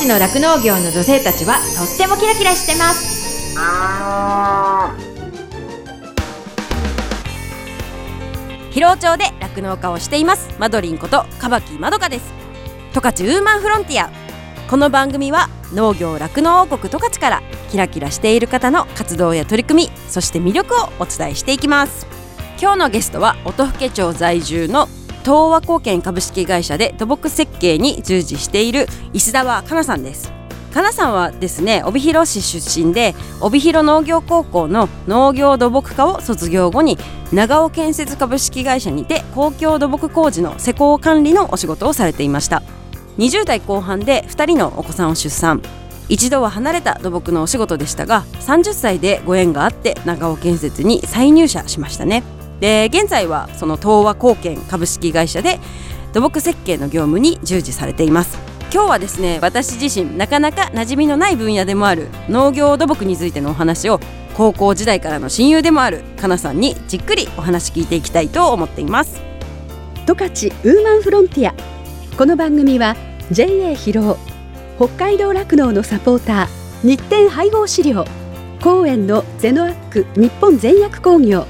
勝の酪農業の女性たちはとってもキラキラしてます。 広尾町で酪農家をしていますマドリンことカバキまどかです。十勝ウーマンフロンティア。この番組は農業酪農王国十勝からキラキラしている方の活動や取り組み、そして魅力をお伝えしていきます。今日のゲストは音更町在住の東和貢献株式会社で土木設計に従事している石澤香奈さんです。香奈さんはですね、帯広市出身で帯広農業高校の農業土木科を卒業後に長尾建設株式会社にて公共土木工事の施工管理のお仕事をされていました。20代後半で2人のお子さんを出産。一度は離れた土木のお仕事でしたが、30歳でご縁があって長尾建設に再入社しましたね。で、現在はその東和貢献株式会社で土木設計の業務に従事されています。今日はですね、私自身なかなか馴染みのない分野でもある農業土木についてのお話を高校時代からの親友でもある香奈さんにじっくりお話聞いていきたいと思っています。 十勝ウーマンフロンティア。この番組は JA 広尾、北海道酪農のサポーター日展配合飼料、公園のゼノアック日本全薬工業、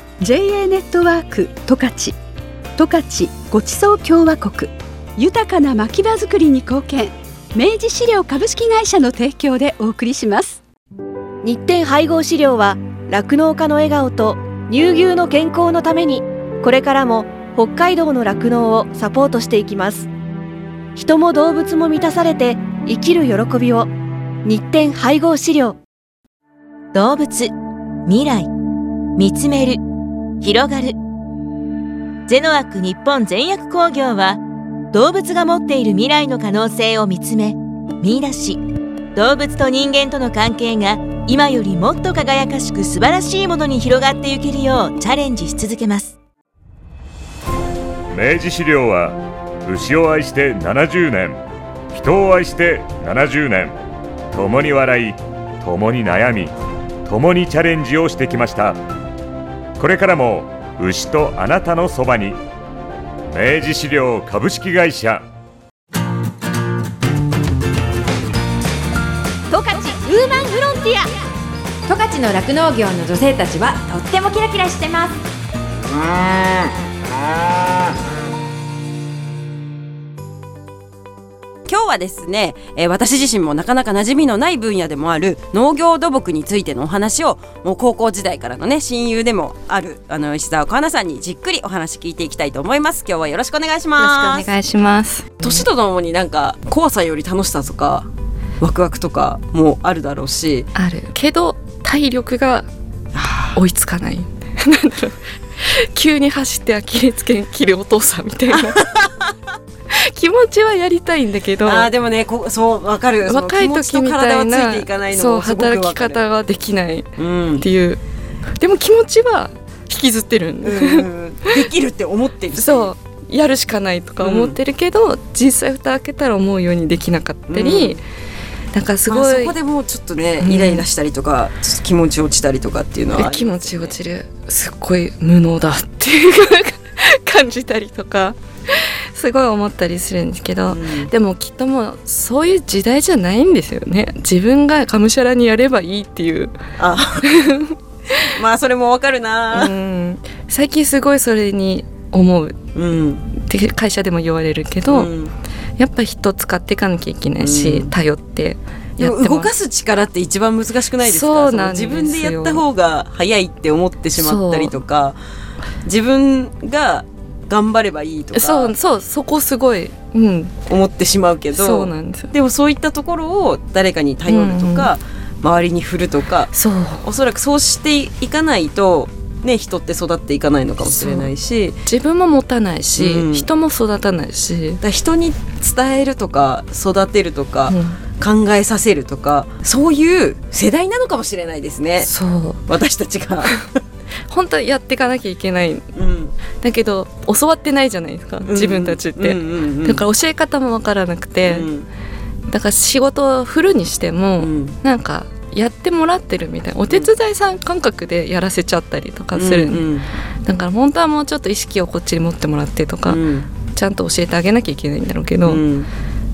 JA ネットワーク十勝、十勝ごちそう共和国、豊かな牧場づくりに貢献、明治飼料株式会社の提供でお送りします。 日展配合飼料は酪農家の笑顔と乳牛の健康のために、これからも北海道の酪農をサポートしていきます。人も動物も満たされて生きる喜びを。日展配合飼料。 動物、未来、見つめる、広がる。ゼノアック日本全薬工業は動物が持っている未来の可能性を見つめ、見出し、動物と人間との関係が今よりもっと輝かしく素晴らしいものに広がっていけるようチャレンジし続けます。 明治飼料は牛を愛して70年、人を愛して70年、共に笑い、共に悩み、共にチャレンジをしてきました。これからも牛とあなたのそばに。明治飼料株式会社。 十勝ウーマンフロンティア。 十勝の酪農業の女性たちはとってもキラキラしてます。 今日はですね、私自身もなかなか馴染みのない分野でもある農業土木についてのお話を、もう高校時代からのね親友でもある石澤香奈さんにじっくりお話聞いていきたいと思います。今日はよろしくお願いします。 よろしくお願いします。 年とともになんか怖さより楽しさとかワクワクとかもあるだろうし、 あるけど体力が追いつかない急に走ってアキレス腱切るお父さんみたいな気持ちはやりたいんだけど、 でもね、そう分かる。 若い時みたいな、そう働き方はできないっていう、でも気持ちは引きずってるんできるって思ってる。 そうやるしかないとか思ってるけど、実際蓋開けたら思うようにできなかったり、なんかすごい、 そこでもうちょっとね、イライラしたりとか、ちょっと気持ち落ちたりとかっていうのは、 気持ち落ちる、すっごい無能だっていう感じたりとかすごい思ったりするんですけど、でもきっともうそういう時代じゃないんですよね。自分ががむしゃらにやればいいっていう。 まあそれもわかるな、 最近すごいそれに思う、って会社でも言われるけど、やっぱ人使っていかなきゃいけないし、頼ってやって動かす力って一番難しくないですか？ そうなんですよ。 自分でやった方が早いって思ってしまったりとか、自分が頑張ればいいとか、 そこすごい、 思ってしまうけど、 そうなんですよ。 でもそういったところを誰かに頼るとか、周りに振るとか、おそらくそうしていかないとね、人って育っていかないのかもしれないし、 自分も持たないし、人も育たないし、 だ人に伝えるとか育てるとか、考えさせるとか、そういう世代なのかもしれないですね。 そう私たちが本当はやっていかなきゃいけない、だけど教わってないじゃないですか、自分たちって、だから教え方も分からなくて、だから仕事をフルにしても、なんかやってもらってるみたいな、お手伝いさん感覚でやらせちゃったりとかする、だから本当はもうちょっと意識をこっちに持ってもらってとか、ちゃんと教えてあげなきゃいけないんだろうけど、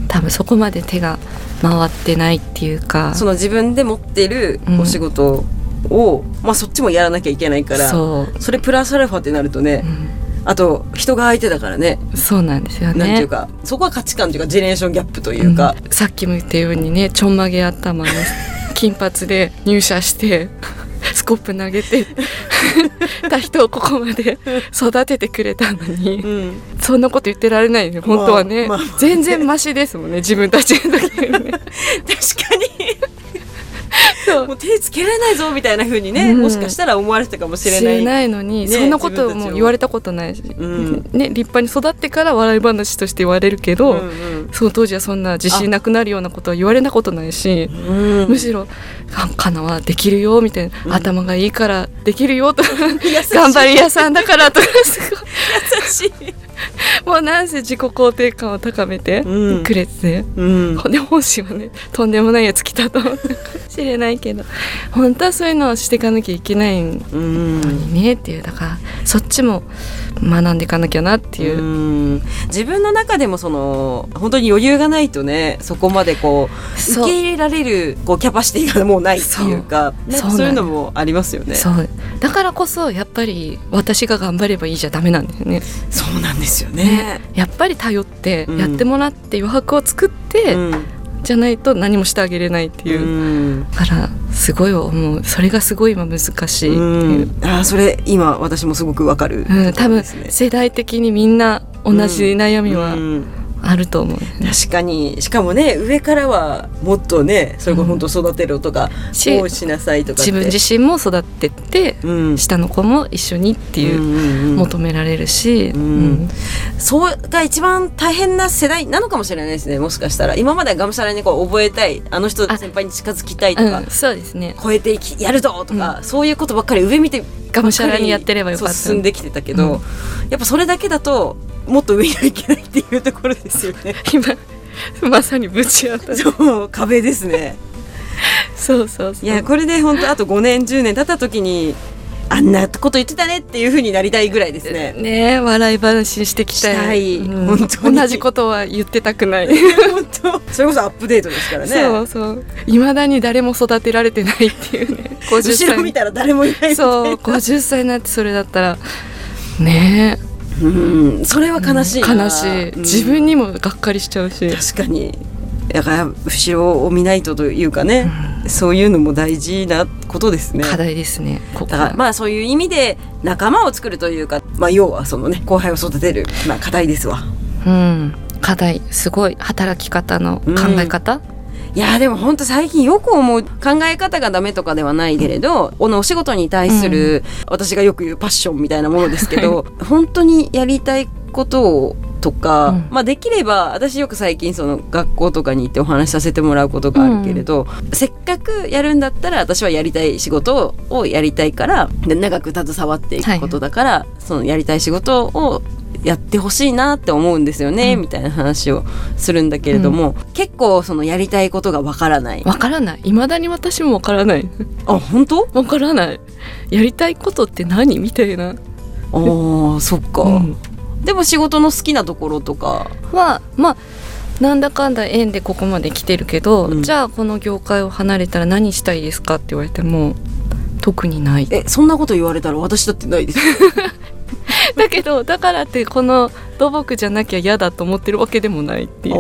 多分そこまで手が回ってないっていうか、 その自分で持ってるお仕事を、そっちもやらなきゃいけないから、それプラスアルファってなるとね、あと人が相手だからね。 そうなんですよね。 なんていうか、そこは価値観というかジェネレーションギャップというか、 さっきも言ったようにね、ちょんまげ頭の金髪で入社してスコップ投げてた人をここまで育ててくれたのに、そんなこと言ってられないね、本当はね。全然マシですもんね、自分たちの時よりね。 確かにもう手つけられないぞみたいな風にね、もしかしたら思われてたかもしれないのに、そんなことも言われたことないし、ね、立派に育ってから笑い話として言われるけど、その当時はそんな自信なくなるようなことは言われたことないし、むしろかなはできるよみたいな、頭がいいからできるよとか頑張り屋さんだからとか、すごい優しいもうなんせ自己肯定感を高めてくれて、で本心はね、とんでもないやつ来たと思うかもしれないけど、本当はそういうのをしていかなきゃいけないのにねっていう、だからそっちも学んでいかなきゃなっていう。 自分の中でもその本当に余裕がないとね、そこまでこう受け入れられるキャパシティがもうないっていうか、そういうのもありますよね。 そうだからこそやっぱり私が頑張ればいいじゃダメなんだよね。 そうなんですよね。 やっぱり頼ってやってもらって余白を作って、じゃないと何もしてあげれないっていう、からすごい思う。それがすごい今難しいっていう、 それ今私もすごくわかる、 多分世代的にみんな同じ悩みはあると思う、 確かに。しかもね、上からはもっとね、それこそ本当育てろとか、こうしなさいとかって、 自分自身も育ってって、下の子も一緒にっていう、求められるし、 それが一番大変な世代なのかもしれないですね。もしかしたら今まではがむしゃらにこう覚えたい、あの人先輩に近づきたいとか、 そうですね、 超えてやるぞとか、そういうことばっかり上見てがむしゃらにやってればよかった、 進んできてたけど、やっぱそれだけだともっと上にはいけないっていうところですよね。 今まさにぶち当たる、 そう壁ですね。 そうそうそう。 いや、これで本当あと5年10年経った時にあんなこと言ってたねっていう風になりたいぐらいですね。 ね、笑い話してきたい。 本当に同じことは言ってたくない。 本当。それこそアップデートですからね。 そうそう。未だに誰も育てられてないっていうね。 後ろ見たら誰もいないみたいな。 そう、50歳になってそれだったらね。 それは悲しいな。 悲しい。自分にもがっかりしちゃうし。 確かに。だから後ろを見ないとというかね、そういうのも大事なことですね。 課題ですね。 だからそういう意味で仲間を作るというか、要はそのね、後輩を育てる、課題ですわ。 課題、すごい働き方の考え方、 いやでも本当最近よく思う、考え方がダメとかではないけれど、お仕事に対する、私がよく言うパッションみたいなものですけど、本当にやりたいことをとか、できれば私よく最近その学校とかに行ってお話しさせてもらうことがあるけれど、せっかくやるんだったら私はやりたい仕事をやりたいから、で長く携わっていくことだから、そのやりたい仕事をやってほしいなって思うんですよね、みたいな話をするんだけれども、結構そのやりたいことがわからない。 未だに私もわからない。 あ、本当？ わからない。やりたいことって何みたいな。 そっか、でも仕事の好きなところとかはなんだかんだ縁でここまで来てるけど、じゃあこの業界を離れたら何したいですかって言われても特にない。 そんなこと言われたら私だってないですだけどだからってこの土木じゃなきゃ嫌だと思ってるわけでもないっていう。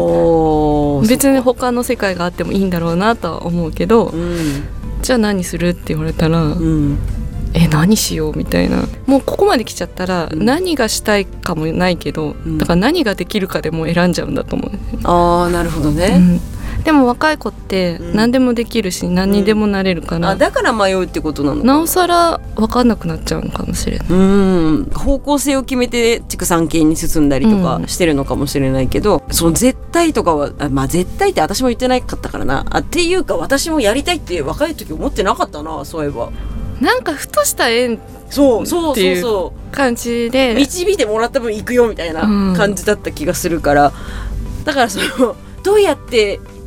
別に他の世界があってもいいんだろうなとは思うけど、じゃあ何するって言われたら、何しようみたいな。もうここまで来ちゃったら、何がしたいかもないけど、だから何ができるかでも選んじゃうんだと思う。 なるほどね、 でも若い子って何でもできるし、何にでもなれるから、 だから迷うってことなのか。 なおさら分かんなくなっちゃうのかもしれない。 方向性を決めて畜産系に進んだりとかしてるのかもしれないけど、その絶対とかは絶対って私も言ってなかったからな。っていうか私もやりたいって若い時思ってなかったな、そういえば。 なんかふとした縁っていう感じで導いてもらった分行くよみたいな感じだった気がするから、だからそのどうやって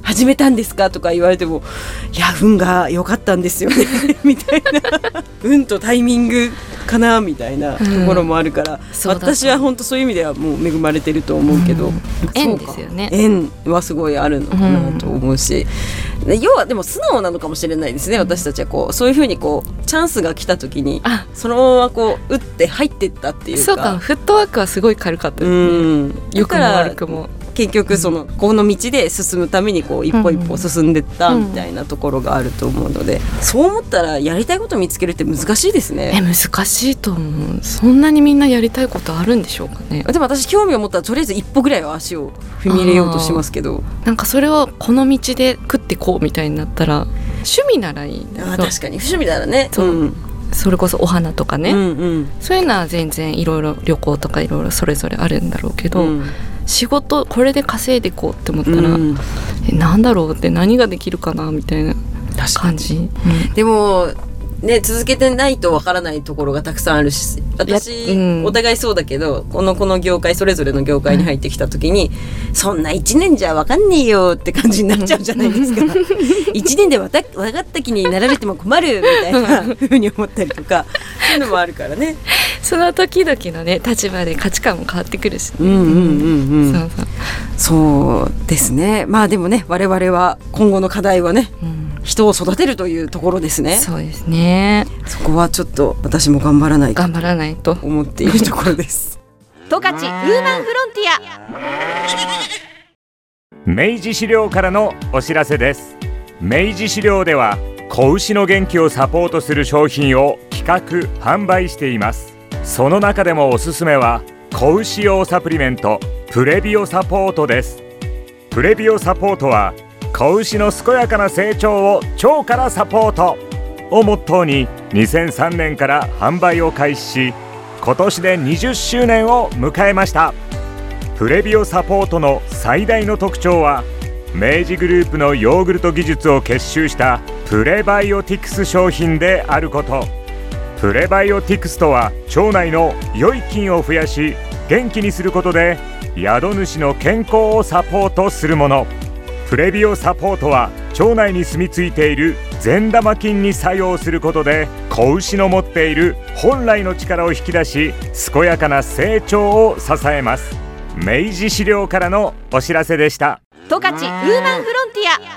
始めたんですかとか言われても、いや運が良かったんですよねみたいな運とタイミングかなみたいなところもあるから、私は本当そういう意味ではもう恵まれてると思うけど、 縁ですよね。 縁はすごいあるのかなと思うし、要はでも素直なのかもしれないですね。私たちはこうそういう風にこうチャンスが来た時にそのままこう打って入ってったっていうか、 そうか、フットワークはすごい軽かったですね。良くも悪くも結局この道で進むためにこう一歩一歩進んでったみたいなところがあると思うので、そう思ったらやりたいこと見つけるって難しいですね。 難しいと思う。そんなにみんなやりたいことあるんでしょうかね。 でも私興味を持ったらとりあえず一歩ぐらいは足を踏み入れようとしますけど、 なんかそれをこの道で食ってこうみたいになったら趣味ならいい。 確かに趣味ならね、 それこそお花とかね、そういうのは全然いろいろ旅行とかいろいろそれぞれあるんだろうけど、仕事これで稼いでいこうって思ったら、なんだろうって、何ができるかなみたいな感じ、 でもね、続けてないとわからないところがたくさんあるし、私、お互いそうだけど、この業界、それぞれの業界に入ってきた時に、そんな1年じゃわかんねえよって感じになっちゃうじゃないですか1年で分かった気になられても困るみたいなふうに思ったりとかそういうのもあるからね。 その時々のね立場で価値観も変わってくるし、 そうですね。まあでもね、我々は今後の課題はね、人を育てるというところですね。 そうですね。 そこはちょっと私も頑張らないと思っているところです十勝ウーマンフロンティ明治資料からのお知らせです。明治資料では子牛の元気をサポートする商品を企画・販売しています。その中でもおすすめは子牛用サプリメントプレビオサポートです。プレビオサポートは子牛の健やかな成長を腸からサポートをモットーに2003年から販売を開始し、今年で20周年を迎えました。プレビオサポートの最大の特徴は明治グループのヨーグルト技術を結集したプレバイオティクス商品であること。プレバイオティクスとは腸内の良い菌を増やし元気にすることで宿主の健康をサポートするもの。プレビオサポートは腸内に住み着いている善玉菌に作用することで子牛の持っている本来の力を引き出し健やかな成長を支えます。明治資料からのお知らせでした。 十勝ウーマンフロンテ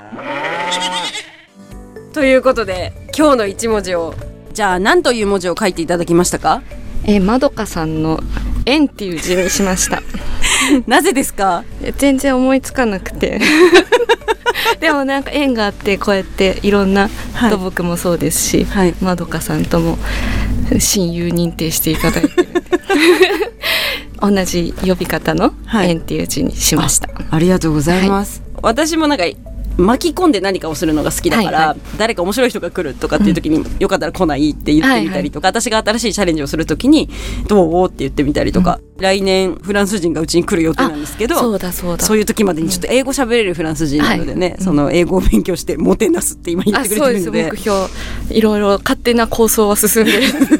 ィアということで、今日の一文字をじゃあ何という文字を書いていただきましたか？ まどかさんの縁っていう字にしましたなぜですか？ 全然思いつかなくてでもなんか縁があって、こうやっていろんな土木もそうですし、まどかさんとも親友認定していただいて同じ呼び方の縁っていう字にしました。 ありがとうございます。私もなんか巻き込んで何かをするのが好きだから、誰か面白い人が来るとかっていう時に、よかったら来ないって言ってみたりとか、私が新しいチャレンジをする時にどうって言ってみたりとか、来年フランス人がうちに来る予定なんですけど、そういう時までにちょっと英語喋れるフランス人なのでね、その英語を勉強してもてなすって今言ってくれてるので、 目標いろいろ勝手な構想は進んでる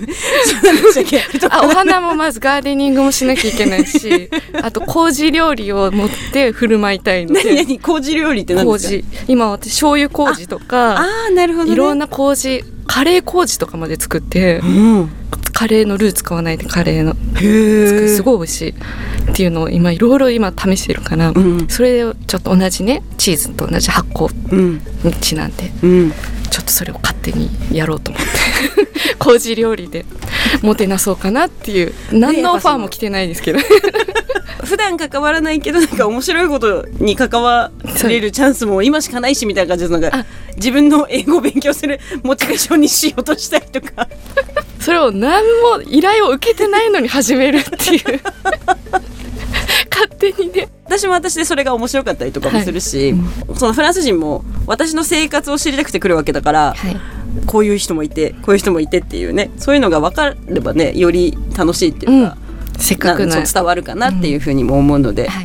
お花もまずガーデニングもしなきゃいけないし、あと麹料理を持って振る舞いたいので。 何麹料理って何ですか？ 今私醤油麹とか、 なるほどね、 いろんな麹、カレー麹とかまで作って、カレーのルー使わないでカレーのすごい美味しいっていうのを今いろいろ試してるから、それをちょっと同じね、チーズと同じ発酵にちなんで、ちょっとそれを勝手にやろうと思って麹料理でもてなそうかなっていう。何のオファーも来てないですけど普段関わらないけど、なんか面白いことに関われるチャンスも今しかないしみたいな感じで、なんか自分の英語を勉強するモチベーションにしようとしたりとかそれを何も依頼を受けてないのに始めるっていう勝手にね。 私も私でそれが面白かったりとかもするし、そのフランス人も私の生活を知りたくて来るわけだから、こういう人もいてこういう人もいてっていうね、そういうのが分かればね、より楽しいっていうか、 せっかくの伝わるかなっていうふうにも思うので、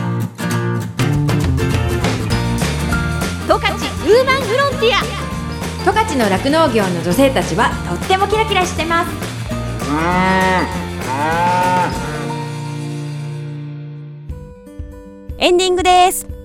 十勝ウーマンフロンティア。 十勝の酪農業の女性たちはとってもキラキラしてます。 エンディングです。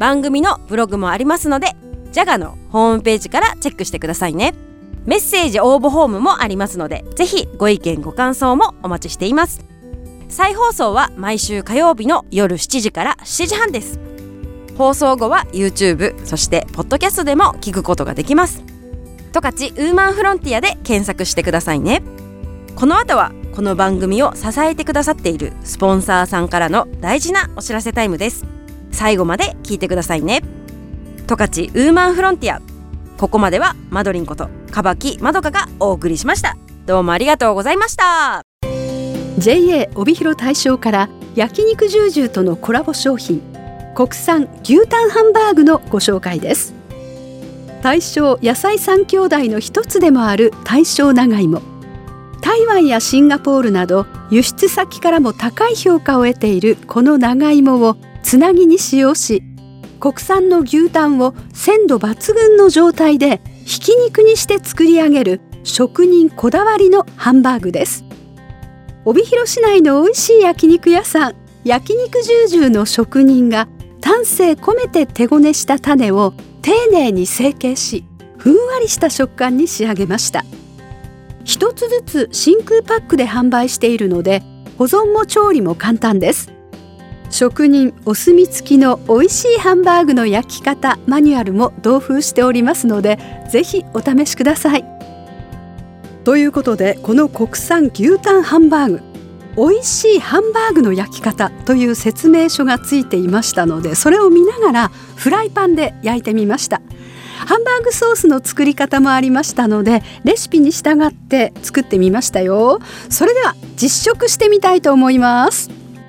番組のブログもありますので、ジャガのホームページからチェックしてくださいね。メッセージ応募フォームもありますので、ぜひご意見ご感想もお待ちしています。再放送は毎週火曜日の夜7時から7時半です。放送後は YouTube、 そしてポッドキャストでも聞くことができます。十勝ウーマンフロンティアで検索してくださいね。この後はこの番組を支えてくださっているスポンサーさんからの大事なお知らせタイムです。最後まで聞いてくださいね。十勝ウーマンフロンティア、ここまではマドリンことかばきまどかがお送りしました。どうもありがとうございました。 JA 帯広大正から焼肉ジュージューとのコラボ商品、国産牛タンハンバーグのご紹介です。大正野菜三兄弟の一つでもある大正長芋、台湾やシンガポールなど輸出先からも高い評価を得ているこの長芋をつなぎに使用し、国産の牛タンを鮮度抜群の状態でひき肉にして作り上げる職人こだわりのハンバーグです。帯広市内の美味しい焼肉屋さん、焼肉ジュージューの職人が丹精込めて手ごねしたタネを丁寧に成形し、ふんわりした食感に仕上げました。一つずつ真空パックで販売しているので、保存も調理も簡単です。職人お墨付きの美味しいハンバーグの焼き方マニュアルも同封しておりますので、ぜひお試しください。ということで、この国産牛タンハンバーグ、美味しいハンバーグの焼き方という説明書がついていましたので、それを見ながらフライパンで焼いてみました。ハンバーグソースの作り方もありましたので、レシピに従って作ってみましたよ。それでは実食してみたいと思います。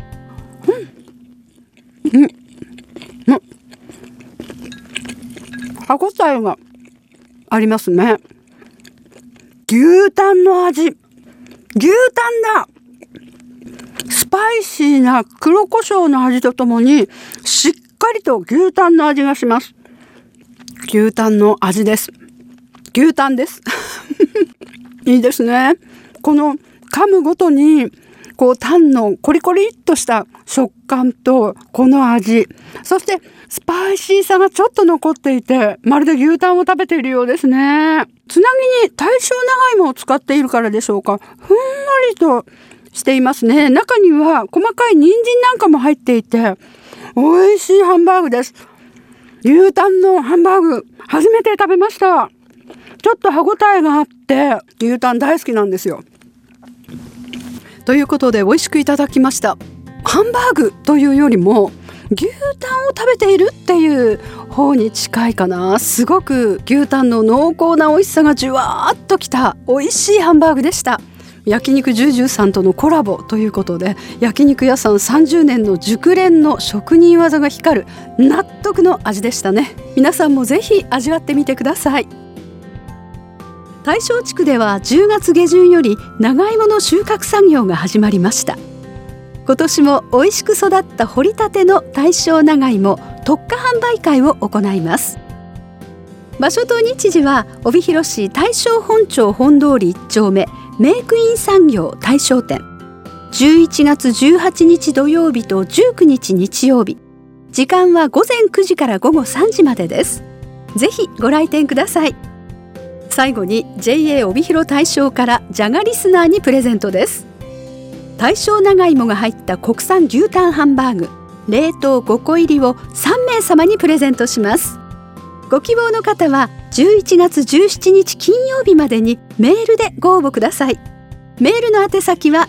歯ごたえがありますね。牛タンの味、牛タンだ。スパイシーな黒胡椒の味とともにしっかりと牛タンの味がします。牛タンの味です。牛タンですいいですね。この噛むごとにタンのコリコリっとした食感とこの味、そしてスパイシーさがちょっと残っていて、まるで牛タンを食べているようですね。つなぎに大正長芋を使っているからでしょうか、ふんわりとしていますね。中には細かい人参なんかも入っていて、美味しいハンバーグです。牛タンのハンバーグ初めて食べました。ちょっと歯ごたえがあって牛タン大好きなんですよ。ということで美味しくいただきました。ハンバーグというよりも牛タンを食べているっていう方に近いかな。すごく牛タンの濃厚な美味しさがじゅわーっときた美味しいハンバーグでした。焼肉ジュージューさんとのコラボということで、焼肉屋さん30年の熟練の職人技が光る納得の味でしたね。皆さんもぜひ味わってみてください。大正地区では10月下旬より長芋の収穫作業が始まりました。今年も美味しく育った掘りたての大正長芋特価販売会を行います。場所と日時は帯広市大正本町本通り1丁目メイクイン産業大正店、11月18日土曜日と19日日曜日、時間は午前9時から午後3時までです。ぜひご来店ください。最後に JA 帯広大正からジャガリスナーにプレゼントです。大正長芋が入った国産牛タンハンバーグ冷凍5個入りを3名様にプレゼントします。ご希望の方は11月17日金曜日までにメールでご応募ください。メールの宛先は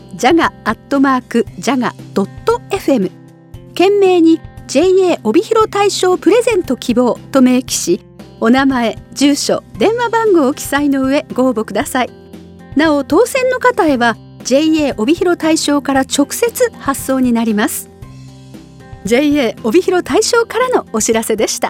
jaga@jaga.fm、 懸命に JA 帯広大正プレゼント希望と明記し、お名前、住所、電話番号を記載の上ご応募ください。なお当選の方へは JA 帯広大正から直接発送になります。 JA 帯広大正からのお知らせでした。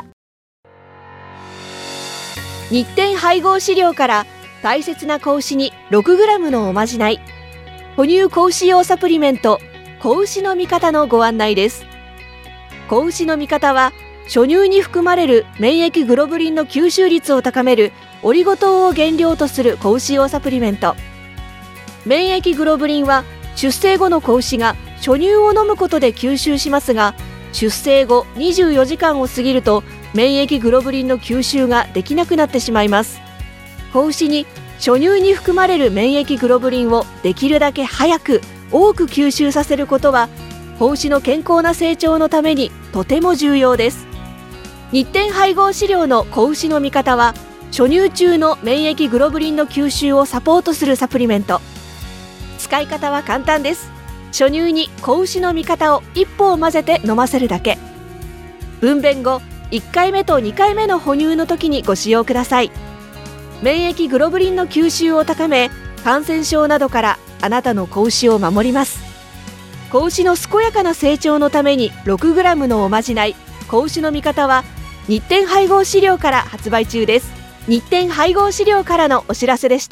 日展配合飼料から大切な子牛に 6g のおまじない、哺乳子牛用サプリメント子牛の味方のご案内です。子牛の味方は初乳に含まれる免疫グロブリンの吸収率を高めるオリゴ糖を原料とする子牛用サプリメント。免疫グロブリンは出生後の子牛が初乳を飲むことで吸収しますが、 出生後24時間を過ぎると免疫グロブリンの吸収ができなくなってしまいます。子牛に初乳に含まれる免疫グロブリンをできるだけ早く多く吸収させることは子牛の健康な成長のためにとても重要です。日展配合飼料の子牛の味方は初乳中の免疫グロブリンの吸収をサポートするサプリメント。使い方は簡単です。初乳に子牛の味方を1包混ぜて飲ませるだけ。分娩後1回目と2回目の哺乳の時にご使用ください。免疫グロブリンの吸収を高め、感染症などからあなたの子牛を守ります。子牛の健やかな成長のために 6g のおまじない子牛の味方は日展配合飼料から発売中です。日展配合飼料からのお知らせでした。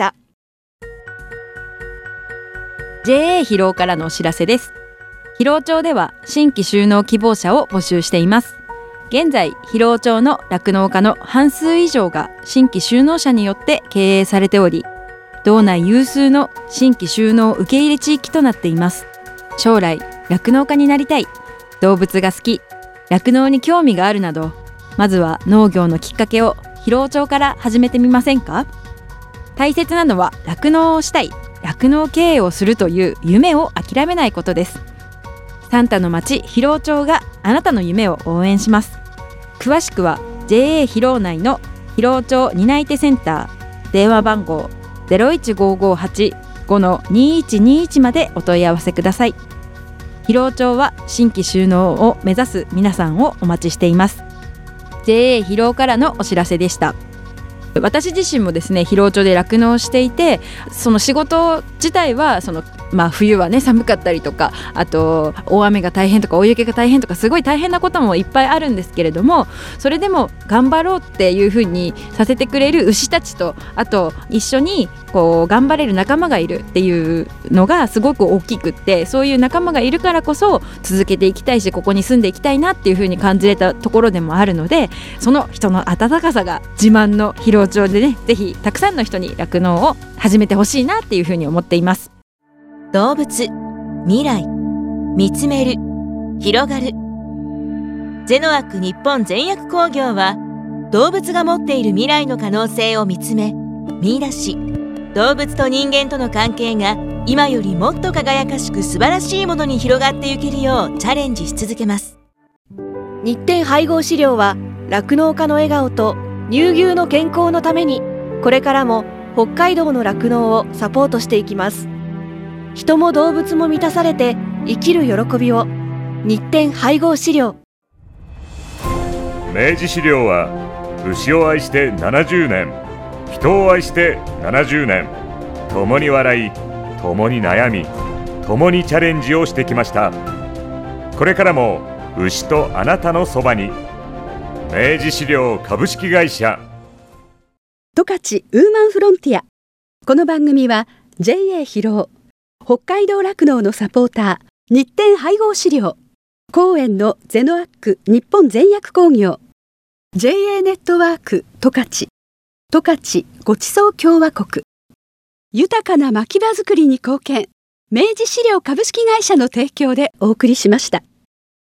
JA 疲労からのお知らせです。疲労町では新規就農希望者を募集しています。現在疲労町の酪農家の半数以上が新規就農者によって経営されており、道内有数の新規就農受け入れ地域となっています。将来酪農家になりたい、動物が好き、酪農に興味があるなど、まずは農業のきっかけを疲労町から始めてみませんか？大切なのは酪農をしたい、酪農経営をするという夢を諦めないことです。サンタの町疲労町があなたの夢を応援します。詳しくは JA 疲労内の疲労町担い手センター、電話番号 015585-2121 までお問い合わせください。疲労町は新規就農を目指す皆さんをお待ちしています。 JA 疲労からのお知らせでした。私自身もですね、疲労町で酪農していて、その仕事自体は冬はね寒かったりとか、あと大雨が大変とか大雪が大変とか、すごい大変なこともいっぱいあるんですけれども、それでも頑張ろうっていう風にさせてくれる牛たちと、あと一緒にこう頑張れる仲間がいるっていうのがすごく大きくって、そういう仲間がいるからこそ続けていきたいし、ここに住んでいきたいなっていう風に感じれたところでもあるので、その人の温かさが自慢の疲労町でね、ぜひたくさんの人に酪農を始めてほしいなっていう風に思っています。 動物、未来、見つめる、広がる。ゼノアック日本全薬工業は、動物が持っている未来の可能性を見つめ、見出し、動物と人間との関係が今よりもっと輝かしく素晴らしいものに広がっていけるようチャレンジし続けます。 日展配合飼料は酪農家の笑顔と乳牛の健康のために、これからも北海道の酪農をサポートしていきます。人も動物も満たされて生きる喜びを。日展配合飼料。 明治飼料は牛を愛して70年、人を愛して70年、共に笑い、共に悩み、共にチャレンジをしてきました。これからも牛とあなたのそばに。明治飼料株式会社。 十勝ウーマンフロンティア。この番組は JA 疲労、北海道酪農のサポーター、日展配合飼料、公園のゼノアック日本全薬工業、JA ネットワーク十勝、十勝ごちそう共和国、豊かな牧場づくりに貢献、明治飼料株式会社の提供でお送りしました。